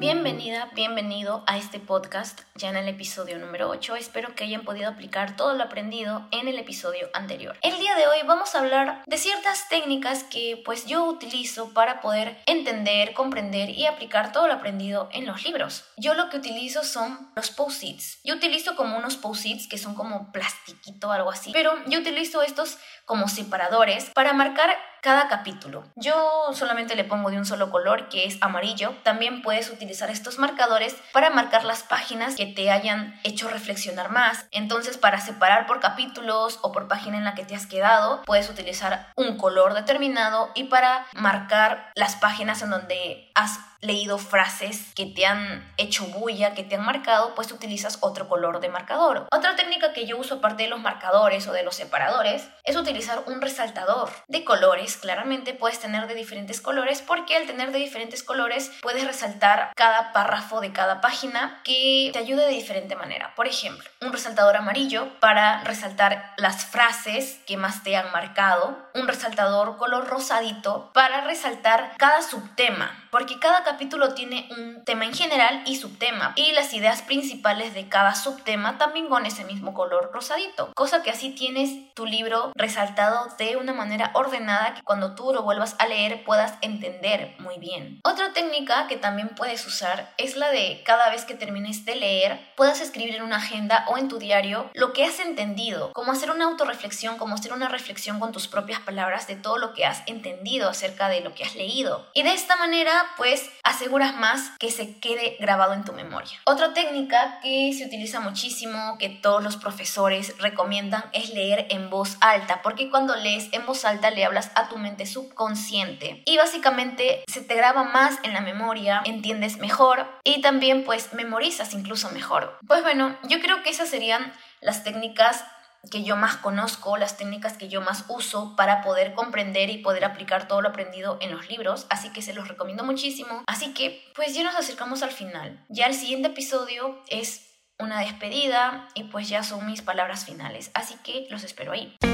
Bienvenida, bienvenido a este podcast, ya en el episodio número 8. Espero que hayan podido aplicar todo lo aprendido en el episodio anterior. El día de hoy vamos a hablar de ciertas técnicas que pues yo utilizo para poder entender, comprender y aplicar todo lo aprendido en los libros. Yo lo que utilizo son los post-its. Yo utilizo como unos post-its que son como plastiquito o algo así, pero yo utilizo estos como separadores para marcar cada capítulo. Yo solamente le pongo de un solo color, que es amarillo. También puedes utilizar estos marcadores para marcar las páginas que te hayan hecho reflexionar más. Entonces, para separar por capítulos o por página en la que te has quedado, puedes utilizar un color determinado, y para marcar las páginas en donde has leído frases que te han hecho bulla, que te han marcado, pues utilizas otro color de marcador. Otra técnica que yo uso aparte de los marcadores o de los separadores es utilizar un resaltador de colores. Claramente puedes tener de diferentes colores, porque al tener de diferentes colores puedes resaltar cada párrafo de cada página que te ayude de diferente manera. Por ejemplo, un resaltador amarillo para resaltar las frases que más te han marcado, un resaltador color rosadito para resaltar cada subtema, porque cada capítulo tiene un tema en general y subtema, y las ideas principales de cada subtema también con ese mismo color rosadito, cosa que así tienes tu libro resaltado de una manera ordenada, que cuando tú lo vuelvas a leer puedas entender muy bien. Otra técnica que también puedes usar es la de cada vez que termines de leer puedas escribir en una agenda o en tu diario lo que has entendido, como hacer una autorreflexión, como hacer una reflexión con tus propias palabras de todo lo que has entendido acerca de lo que has leído, y de esta manera pues aseguras más que se quede grabado en tu memoria. Otra técnica que se utiliza muchísimo, que todos los profesores recomiendan, es leer en voz alta, porque cuando lees en voz alta le hablas a tu mente subconsciente y básicamente se te graba más en la memoria, entiendes mejor y también pues memorizas incluso mejor. Pues bueno, yo creo que esas serían las técnicas que yo más conozco, las técnicas que yo más uso para poder comprender y poder aplicar todo lo aprendido en los libros, así que se los recomiendo muchísimo. Así que pues ya nos acercamos al final. Ya el siguiente episodio es una despedida y pues ya son mis palabras finales, así que los espero ahí.